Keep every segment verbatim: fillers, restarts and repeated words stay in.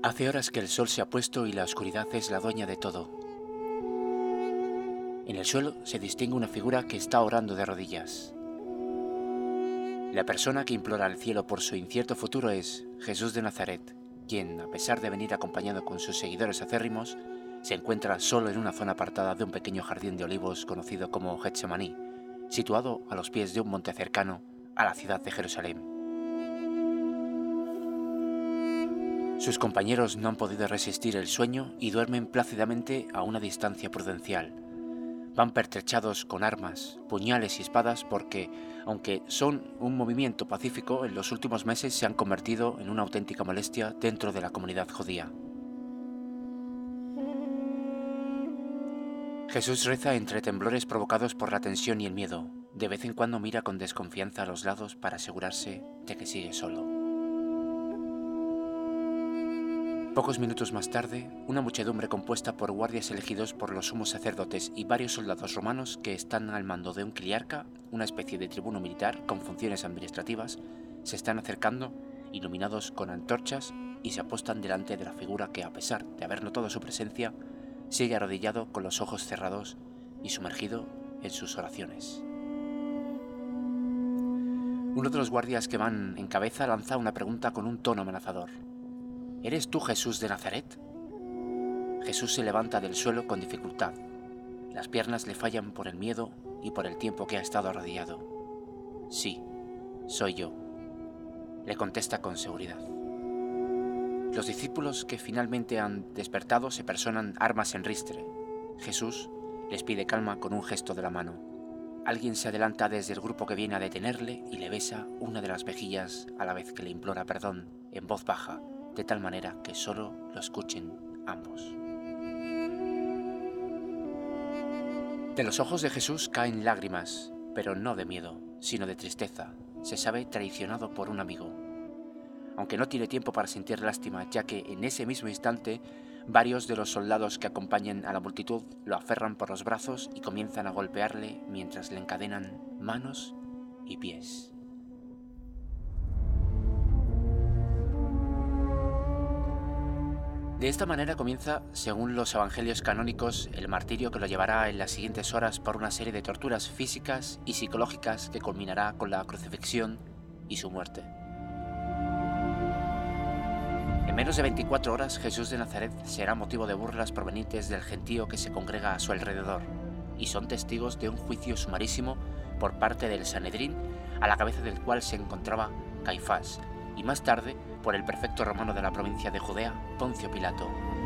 Hace horas que el sol se ha puesto y la oscuridad es la dueña de todo. En el suelo se distingue una figura que está orando de rodillas. La persona que implora al cielo por su incierto futuro es Jesús de Nazaret, quien, a pesar de venir acompañado con sus seguidores acérrimos, se encuentra solo en una zona apartada de un pequeño jardín de olivos conocido como Getsemaní, situado a los pies de un monte cercano a la ciudad de Jerusalén. Sus compañeros no han podido resistir el sueño y duermen plácidamente a una distancia prudencial. Van pertrechados con armas, puñales y espadas porque, aunque son un movimiento pacífico, en los últimos meses se han convertido en una auténtica molestia dentro de la comunidad judía. Jesús reza entre temblores provocados por la tensión y el miedo. De vez en cuando mira con desconfianza a los lados para asegurarse de que sigue solo. Pocos minutos más tarde, una muchedumbre compuesta por guardias elegidos por los sumos sacerdotes y varios soldados romanos que están al mando de un cliarca, una especie de tribuno militar con funciones administrativas, se están acercando, iluminados con antorchas, y se apostan delante de la figura que, a pesar de haber notado su presencia, sigue arrodillado con los ojos cerrados y sumergido en sus oraciones. Uno de los guardias que van en cabeza lanza una pregunta con un tono amenazador. ¿Eres tú Jesús de Nazaret? Jesús se levanta del suelo con dificultad. Las piernas le fallan por el miedo y por el tiempo que ha estado arrodillado. Sí, soy yo, le contesta con seguridad. Los discípulos que finalmente han despertado se personan armas en ristre. Jesús les pide calma con un gesto de la mano. Alguien se adelanta desde el grupo que viene a detenerle y le besa una de las mejillas a la vez que le implora perdón en voz baja, de tal manera que solo lo escuchen ambos. De los ojos de Jesús caen lágrimas, pero no de miedo, sino de tristeza. Se sabe traicionado por un amigo. Aunque no tiene tiempo para sentir lástima, ya que en ese mismo instante varios de los soldados que acompañan a la multitud lo aferran por los brazos y comienzan a golpearle mientras le encadenan manos y pies. De esta manera comienza, según los evangelios canónicos, el martirio que lo llevará en las siguientes horas por una serie de torturas físicas y psicológicas que culminará con la crucifixión y su muerte. En menos de veinticuatro horas, Jesús de Nazaret será motivo de burlas provenientes del gentío que se congrega a su alrededor, y son testigos de un juicio sumarísimo por parte del Sanedrín, a la cabeza del cual se encontraba Caifás, y más tarde por el prefecto romano de la provincia de Judea, Poncio Pilato.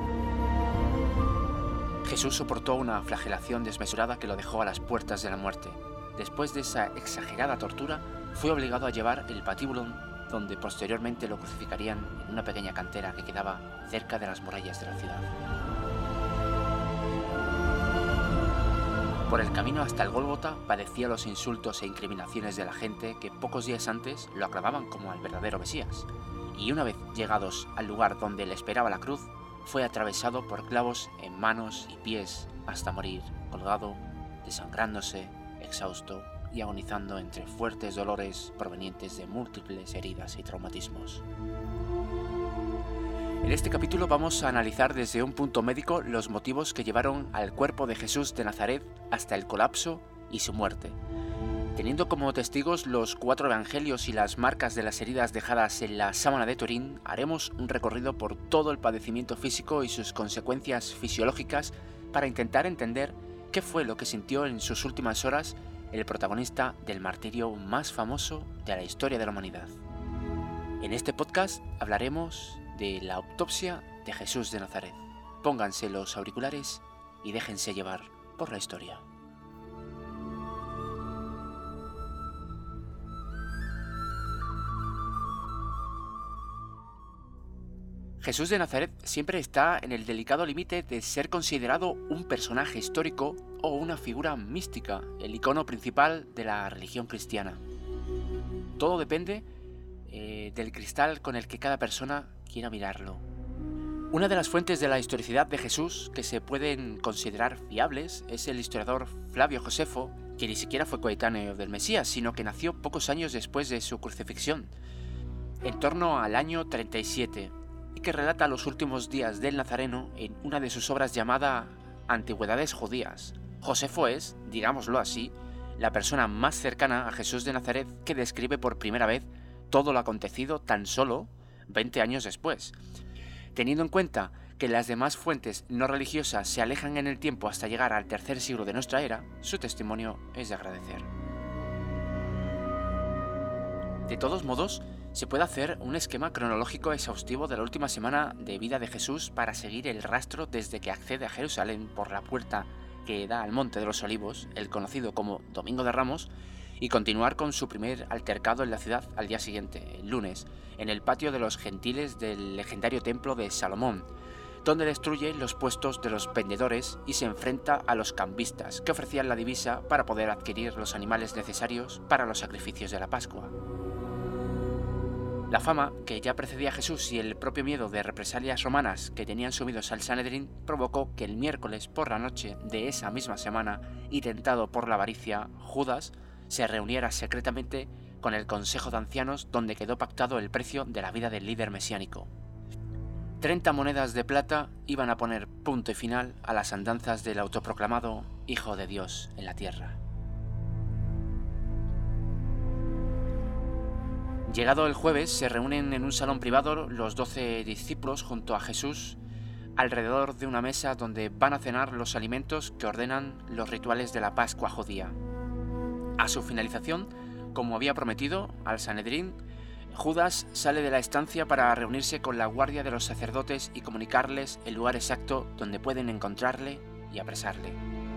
Jesús soportó una flagelación desmesurada que lo dejó a las puertas de la muerte. Después de esa exagerada tortura, fue obligado a llevar el patíbulo, donde posteriormente lo crucificarían en una pequeña cantera que quedaba cerca de las murallas de la ciudad. Por el camino hasta el Gólgota padecía los insultos e incriminaciones de la gente que pocos días antes lo aclamaban como el verdadero Mesías, y una vez llegados al lugar donde le esperaba la cruz, fue atravesado por clavos en manos y pies hasta morir, colgado, desangrándose, exhausto y agonizando entre fuertes dolores provenientes de múltiples heridas y traumatismos. En este capítulo vamos a analizar desde un punto médico los motivos que llevaron al cuerpo de Jesús de Nazaret hasta el colapso y su muerte. Teniendo como testigos los cuatro evangelios y las marcas de las heridas dejadas en la sábana de Turín, haremos un recorrido por todo el padecimiento físico y sus consecuencias fisiológicas para intentar entender qué fue lo que sintió en sus últimas horas el protagonista del martirio más famoso de la historia de la humanidad. En este podcast hablaremos de la autopsia de Jesús de Nazaret. Pónganse los auriculares y déjense llevar por la historia. Jesús de Nazaret siempre está en el delicado límite de ser considerado un personaje histórico o una figura mística, el icono principal de la religión cristiana. Todo depende eh, del cristal con el que cada persona quiera mirarlo. Una de las fuentes de la historicidad de Jesús que se pueden considerar fiables es el historiador Flavio Josefo, que ni siquiera fue coetáneo del Mesías, sino que nació pocos años después de su crucifixión, en torno al año treinta y siete. y que relata los últimos días del Nazareno en una de sus obras llamada Antigüedades Judías. Josefo es, digámoslo así, la persona más cercana a Jesús de Nazaret que describe por primera vez todo lo acontecido tan solo veinte años después. Teniendo en cuenta que las demás fuentes no religiosas se alejan en el tiempo hasta llegar al tercer siglo de nuestra era, su testimonio es de agradecer. De todos modos, se puede hacer un esquema cronológico exhaustivo de la última semana de vida de Jesús para seguir el rastro desde que accede a Jerusalén por la puerta que da al Monte de los Olivos, el conocido como Domingo de Ramos, y continuar con su primer altercado en la ciudad al día siguiente, el lunes, en el patio de los gentiles del legendario templo de Salomón, donde destruye los puestos de los vendedores y se enfrenta a los cambistas, que ofrecían la divisa para poder adquirir los animales necesarios para los sacrificios de la Pascua. La fama que ya precedía a Jesús y el propio miedo de represalias romanas que tenían sumidos al Sanedrín provocó que el miércoles por la noche de esa misma semana, y tentado por la avaricia, Judas se reuniera secretamente con el Consejo de Ancianos, donde quedó pactado el precio de la vida del líder mesiánico. Treinta monedas de plata iban a poner punto y final a las andanzas del autoproclamado Hijo de Dios en la tierra. Llegado el jueves, se reúnen en un salón privado los doce discípulos junto a Jesús alrededor de una mesa donde van a cenar los alimentos que ordenan los rituales de la Pascua judía. A su finalización, como había prometido al Sanedrín, Judas sale de la estancia para reunirse con la guardia de los sacerdotes y comunicarles el lugar exacto donde pueden encontrarle y apresarle.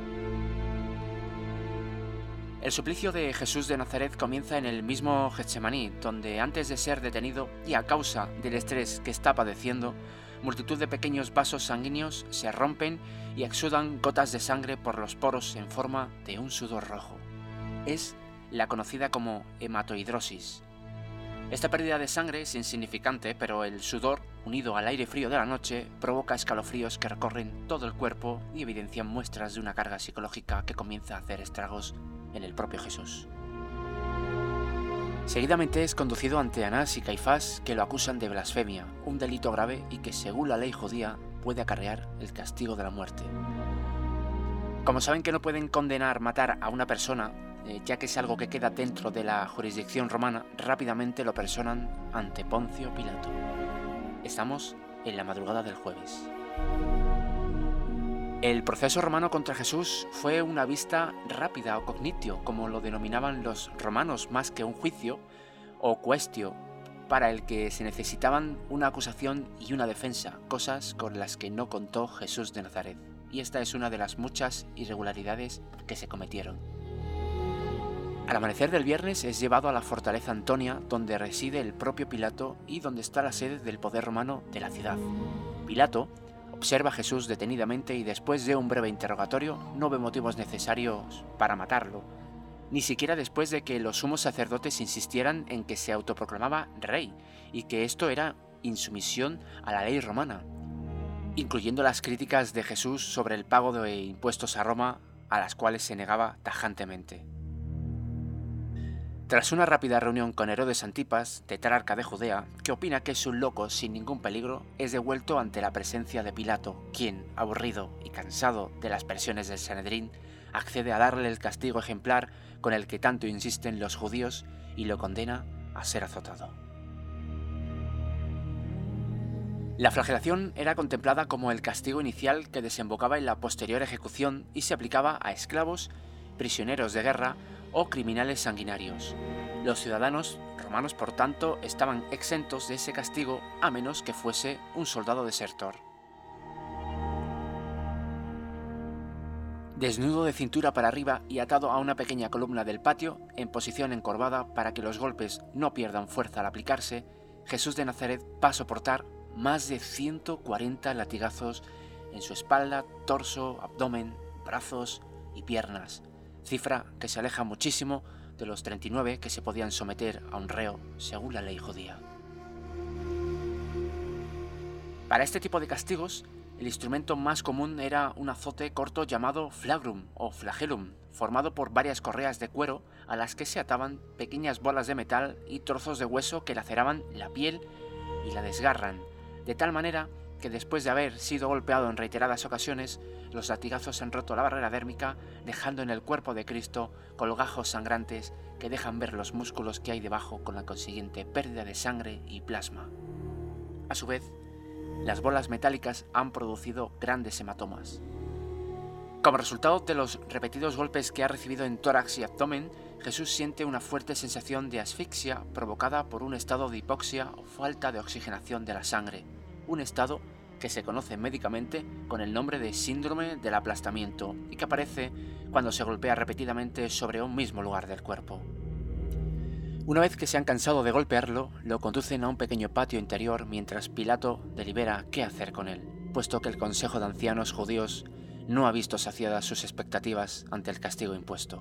El suplicio de Jesús de Nazaret comienza en el mismo Getsemaní, donde antes de ser detenido y a causa del estrés que está padeciendo, multitud de pequeños vasos sanguíneos se rompen y exudan gotas de sangre por los poros en forma de un sudor rojo. Es la conocida como hematohidrosis. Esta pérdida de sangre es insignificante, pero el sudor, unido al aire frío de la noche, provoca escalofríos que recorren todo el cuerpo y evidencian muestras de una carga psicológica que comienza a hacer estragos en el propio Jesús. Seguidamente es conducido ante Anás y Caifás, que lo acusan de blasfemia, un delito grave y que según la ley judía puede acarrear el castigo de la muerte. Como saben que no pueden condenar matar a una persona, eh, ya que es algo que queda dentro de la jurisdicción romana, rápidamente lo personan ante Poncio Pilato. Estamos en la madrugada del jueves. El proceso romano contra Jesús fue una vista rápida o cognitio, como lo denominaban los romanos, más que un juicio o quaestio, para el que se necesitaban una acusación y una defensa, cosas con las que no contó Jesús de Nazaret. Y esta es una de las muchas irregularidades que se cometieron. Al amanecer del viernes es llevado a la fortaleza Antonia, donde reside el propio Pilato y donde está la sede del poder romano de la ciudad. Pilato observa a Jesús detenidamente y después de un breve interrogatorio no ve motivos necesarios para matarlo, ni siquiera después de que los sumos sacerdotes insistieran en que se autoproclamaba rey y que esto era insumisión a la ley romana, incluyendo las críticas de Jesús sobre el pago de impuestos a Roma, a las cuales se negaba tajantemente. Tras una rápida reunión con Herodes Antipas, tetrarca de Judea, que opina que es un loco sin ningún peligro, es devuelto ante la presencia de Pilato, quien, aburrido y cansado de las presiones del Sanedrín, accede a darle el castigo ejemplar con el que tanto insisten los judíos y lo condena a ser azotado. La flagelación era contemplada como el castigo inicial que desembocaba en la posterior ejecución y se aplicaba a esclavos, prisioneros de guerra o criminales sanguinarios. Los ciudadanos romanos, por tanto, estaban exentos de ese castigo a menos que fuese un soldado desertor. Desnudo de cintura para arriba y atado a una pequeña columna del patio, en posición encorvada para que los golpes no pierdan fuerza al aplicarse, Jesús de Nazaret va a soportar más de ciento cuarenta latigazos en su espalda, torso, abdomen, brazos y piernas, cifra que se aleja muchísimo de los treinta y nueve que se podían someter a un reo según la ley judía. Para este tipo de castigos, el instrumento más común era un azote corto llamado flagrum o flagellum, formado por varias correas de cuero a las que se ataban pequeñas bolas de metal y trozos de hueso que laceraban la piel y la desgarran, de tal manera que después de haber sido golpeado en reiteradas ocasiones, los latigazos han roto la barrera dérmica, dejando en el cuerpo de Cristo colgajos sangrantes que dejan ver los músculos que hay debajo, con la consiguiente pérdida de sangre y plasma. A su vez, las bolas metálicas han producido grandes hematomas. Como resultado de los repetidos golpes que ha recibido en tórax y abdomen, Jesús siente una fuerte sensación de asfixia provocada por un estado de hipoxia o falta de oxigenación de la sangre, un estado que se conoce médicamente con el nombre de síndrome del aplastamiento y que aparece cuando se golpea repetidamente sobre un mismo lugar del cuerpo. Una vez que se han cansado de golpearlo, lo conducen a un pequeño patio interior mientras Pilato delibera qué hacer con él, puesto que el Consejo de Ancianos Judíos no ha visto saciadas sus expectativas ante el castigo impuesto.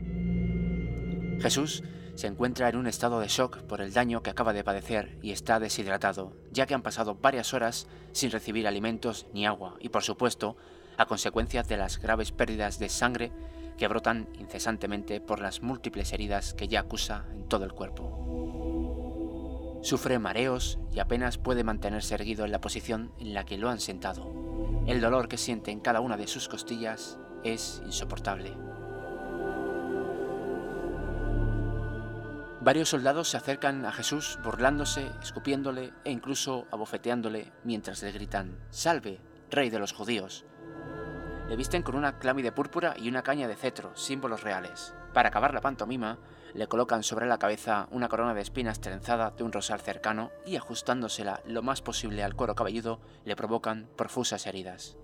Jesús se encuentra en un estado de shock por el daño que acaba de padecer y está deshidratado, ya que han pasado varias horas sin recibir alimentos ni agua y, por supuesto, a consecuencia de las graves pérdidas de sangre que brotan incesantemente por las múltiples heridas que ya acusa en todo el cuerpo. Sufre mareos y apenas puede mantenerse erguido en la posición en la que lo han sentado. El dolor que siente en cada una de sus costillas es insoportable. Varios soldados se acercan a Jesús burlándose, escupiéndole e incluso abofeteándole mientras le gritan: «¡Salve, rey de los judíos!». Le visten con una clámide púrpura y una caña de cetro, símbolos reales. Para acabar la pantomima, le colocan sobre la cabeza una corona de espinas trenzada de un rosal cercano y, ajustándosela lo más posible al cuero cabelludo, le provocan profusas heridas.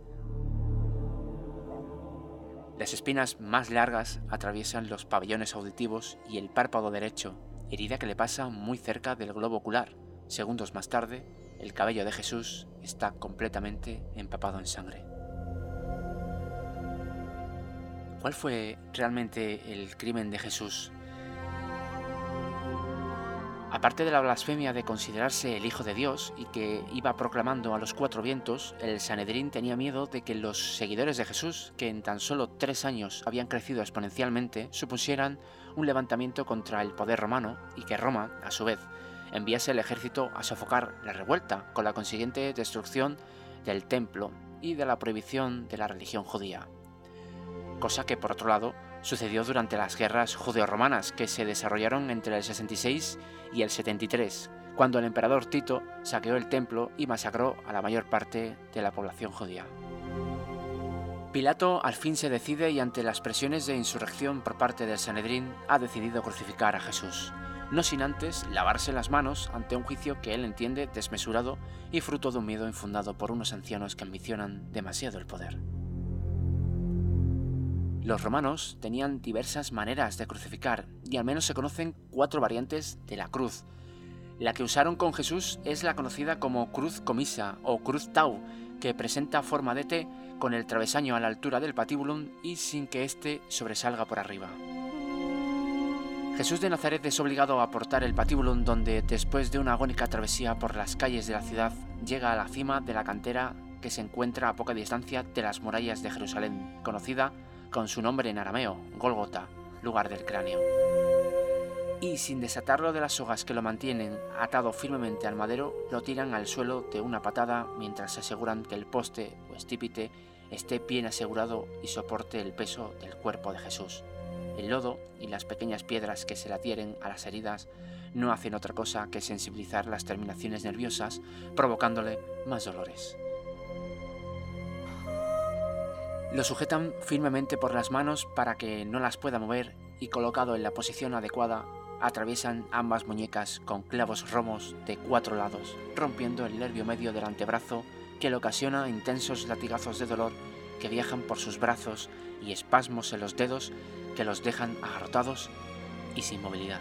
Las espinas más largas atraviesan los pabellones auditivos y el párpado derecho, herida que le pasa muy cerca del globo ocular. Segundos más tarde, el cabello de Jesús está completamente empapado en sangre. ¿Cuál fue realmente el crimen de Jesús? Aparte de la blasfemia de considerarse el Hijo de Dios y que iba proclamando a los cuatro vientos, el Sanedrín tenía miedo de que los seguidores de Jesús, que en tan solo tres años habían crecido exponencialmente, supusieran un levantamiento contra el poder romano y que Roma, a su vez, enviase el ejército a sofocar la revuelta, con la consiguiente destrucción del templo y de la prohibición de la religión judía. Cosa que, por otro lado, sucedió durante las guerras judeo-romanas que se desarrollaron entre el sesenta y seis y el setenta y tres, cuando el emperador Tito saqueó el templo y masacró a la mayor parte de la población judía. Pilato al fin se decide y, ante las presiones de insurrección por parte del Sanedrín, ha decidido crucificar a Jesús, no sin antes lavarse las manos ante un juicio que él entiende desmesurado y fruto de un miedo infundado por unos ancianos que ambicionan demasiado el poder. Los romanos tenían diversas maneras de crucificar y al menos se conocen cuatro variantes de la cruz. La que usaron con Jesús es la conocida como cruz comisa o cruz tau, que presenta forma de T con el travesaño a la altura del patíbulum y sin que éste sobresalga por arriba. Jesús de Nazaret es obligado a portar el patíbulum, donde, después de una agónica travesía por las calles de la ciudad, llega a la cima de la cantera que se encuentra a poca distancia de las murallas de Jerusalén, conocida con su nombre en arameo, Gólgota, lugar del cráneo. Y sin desatarlo de las sogas que lo mantienen atado firmemente al madero, lo tiran al suelo de una patada mientras se aseguran que el poste o estípite esté bien asegurado y soporte el peso del cuerpo de Jesús. El lodo y las pequeñas piedras que se le adhieren a las heridas no hacen otra cosa que sensibilizar las terminaciones nerviosas, provocándole más dolores. Lo sujetan firmemente por las manos para que no las pueda mover y, colocado en la posición adecuada, atraviesan ambas muñecas con clavos romos de cuatro lados, rompiendo el nervio medio del antebrazo, que le ocasiona intensos latigazos de dolor que viajan por sus brazos y espasmos en los dedos que los dejan agarrotados y sin movilidad.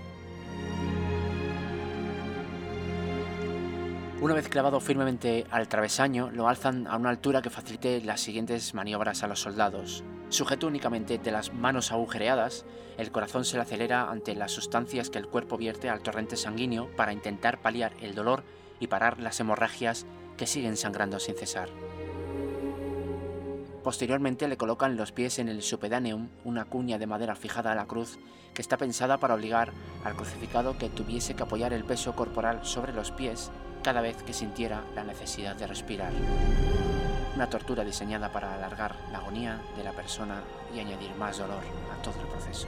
Una vez clavado firmemente al travesaño, lo alzan a una altura que facilite las siguientes maniobras a los soldados. Sujeto únicamente de las manos agujereadas, el corazón se le acelera ante las sustancias que el cuerpo vierte al torrente sanguíneo para intentar paliar el dolor y parar las hemorragias que siguen sangrando sin cesar. Posteriormente le colocan los pies en el supedaneum, una cuña de madera fijada a la cruz que está pensada para obligar al crucificado que tuviese que apoyar el peso corporal sobre los pies cada vez que sintiera la necesidad de respirar. Una tortura diseñada para alargar la agonía de la persona y añadir más dolor a todo el proceso.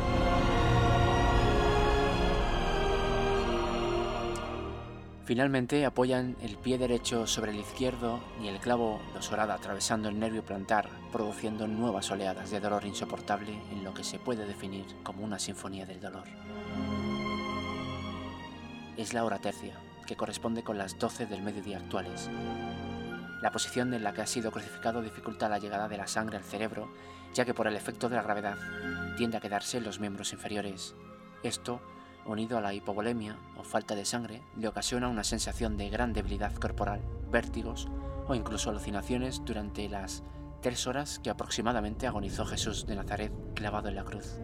Finalmente apoyan el pie derecho sobre el izquierdo y el clavo los horada atravesando el nervio plantar, produciendo nuevas oleadas de dolor insoportable en lo que se puede definir como una sinfonía del dolor. Es la hora tercia, que corresponde con las doce del mediodía actuales. La posición en la que ha sido crucificado dificulta la llegada de la sangre al cerebro, ya que por el efecto de la gravedad tiende a quedarse en los miembros inferiores. Esto, unido a la hipovolemia o falta de sangre, le ocasiona una sensación de gran debilidad corporal, vértigos o incluso alucinaciones durante las tres horas que aproximadamente agonizó Jesús de Nazaret clavado en la cruz.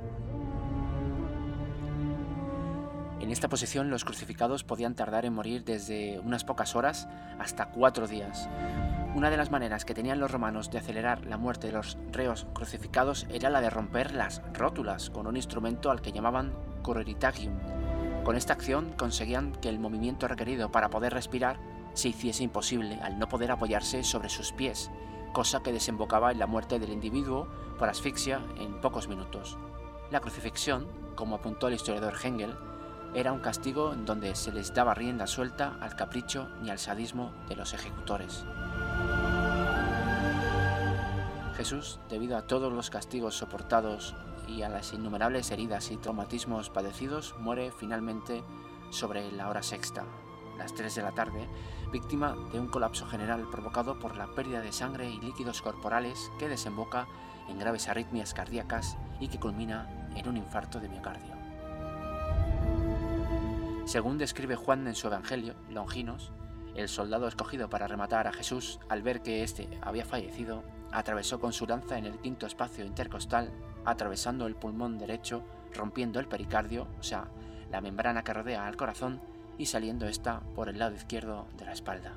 En esta posición los crucificados podían tardar en morir desde unas pocas horas hasta cuatro días. Una de las maneras que tenían los romanos de acelerar la muerte de los reos crucificados era la de romper las rótulas con un instrumento al que llamaban curritagium. Con esta acción conseguían que el movimiento requerido para poder respirar se hiciese imposible al no poder apoyarse sobre sus pies, cosa que desembocaba en la muerte del individuo por asfixia en pocos minutos. La crucifixión, como apuntó el historiador Hengel, era un castigo en donde se les daba rienda suelta al capricho y al sadismo de los ejecutores. Jesús, debido a todos los castigos soportados y a las innumerables heridas y traumatismos padecidos, muere finalmente sobre la hora sexta, las tres de la tarde, víctima de un colapso general provocado por la pérdida de sangre y líquidos corporales que desemboca en graves arritmias cardíacas y que culmina en un infarto de miocardio. Según describe Juan en su Evangelio, Longinos, el soldado escogido para rematar a Jesús, al ver que éste había fallecido, atravesó con su lanza en el quinto espacio intercostal, atravesando el pulmón derecho, rompiendo el pericardio, o sea, la membrana que rodea al corazón, y saliendo ésta por el lado izquierdo de la espalda.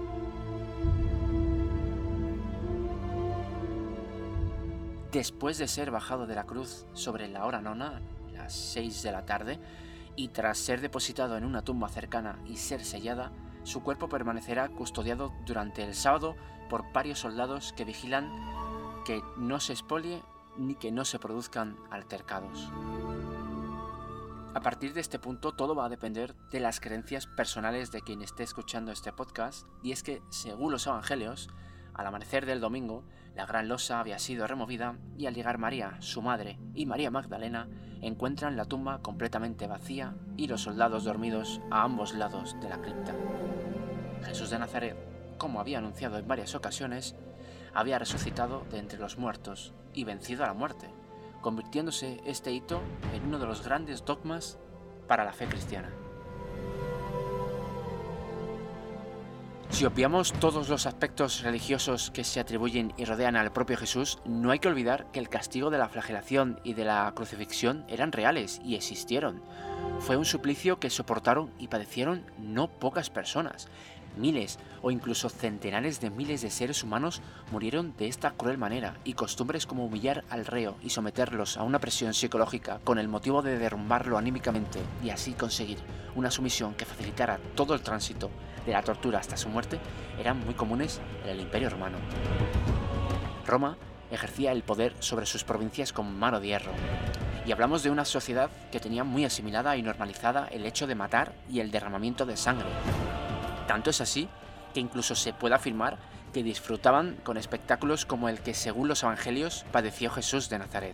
Después de ser bajado de la cruz sobre la hora nona, las seis de la tarde, y tras ser depositado en una tumba cercana y ser sellada, su cuerpo permanecerá custodiado durante el sábado por varios soldados que vigilan que no se expolie ni que no se produzcan altercados. A partir de este punto todo va a depender de las creencias personales de quien esté escuchando este podcast, y es que, según los evangelios, al amanecer del domingo, la gran losa había sido removida y al llegar María, su madre, y María Magdalena, encuentran la tumba completamente vacía y los soldados dormidos a ambos lados de la cripta. Jesús de Nazaret, como había anunciado en varias ocasiones, había resucitado de entre los muertos y vencido a la muerte, convirtiéndose este hito en uno de los grandes dogmas para la fe cristiana. Si obviamos todos los aspectos religiosos que se atribuyen y rodean al propio Jesús, no hay que olvidar que el castigo de la flagelación y de la crucifixión eran reales y existieron. Fue un suplicio que soportaron y padecieron no pocas personas. Miles o incluso centenares de miles de seres humanos murieron de esta cruel manera, y costumbres como humillar al reo y someterlos a una presión psicológica con el motivo de derrumbarlo anímicamente y así conseguir una sumisión que facilitara todo el tránsito de la tortura hasta su muerte eran muy comunes en el Imperio Romano. Roma ejercía el poder sobre sus provincias con mano de hierro, y hablamos de una sociedad que tenía muy asimilada y normalizada el hecho de matar y el derramamiento de sangre. Tanto es así que incluso se puede afirmar que disfrutaban con espectáculos como el que, según los evangelios, padeció Jesús de Nazaret.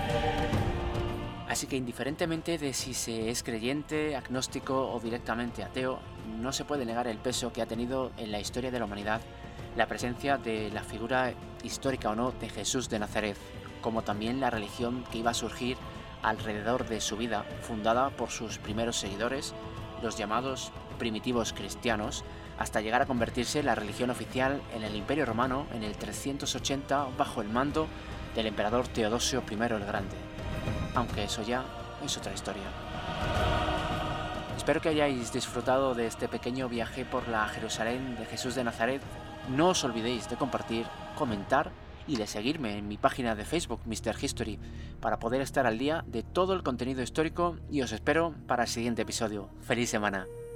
Así que, indiferentemente de si se es creyente, agnóstico o directamente ateo, no se puede negar el peso que ha tenido en la historia de la humanidad la presencia de la figura histórica o no de Jesús de Nazaret, como también la religión que iba a surgir alrededor de su vida, fundada por sus primeros seguidores, los llamados primitivos cristianos, hasta llegar a convertirse en la religión oficial en el Imperio Romano en el trescientos ochenta bajo el mando del emperador Teodosio primero el Grande. Aunque eso ya es otra historia. Espero que hayáis disfrutado de este pequeño viaje por la Jerusalén de Jesús de Nazaret. No os olvidéis de compartir, comentar y de seguirme en mi página de Facebook, míster History, para poder estar al día de todo el contenido histórico, y os espero para el siguiente episodio. ¡Feliz semana!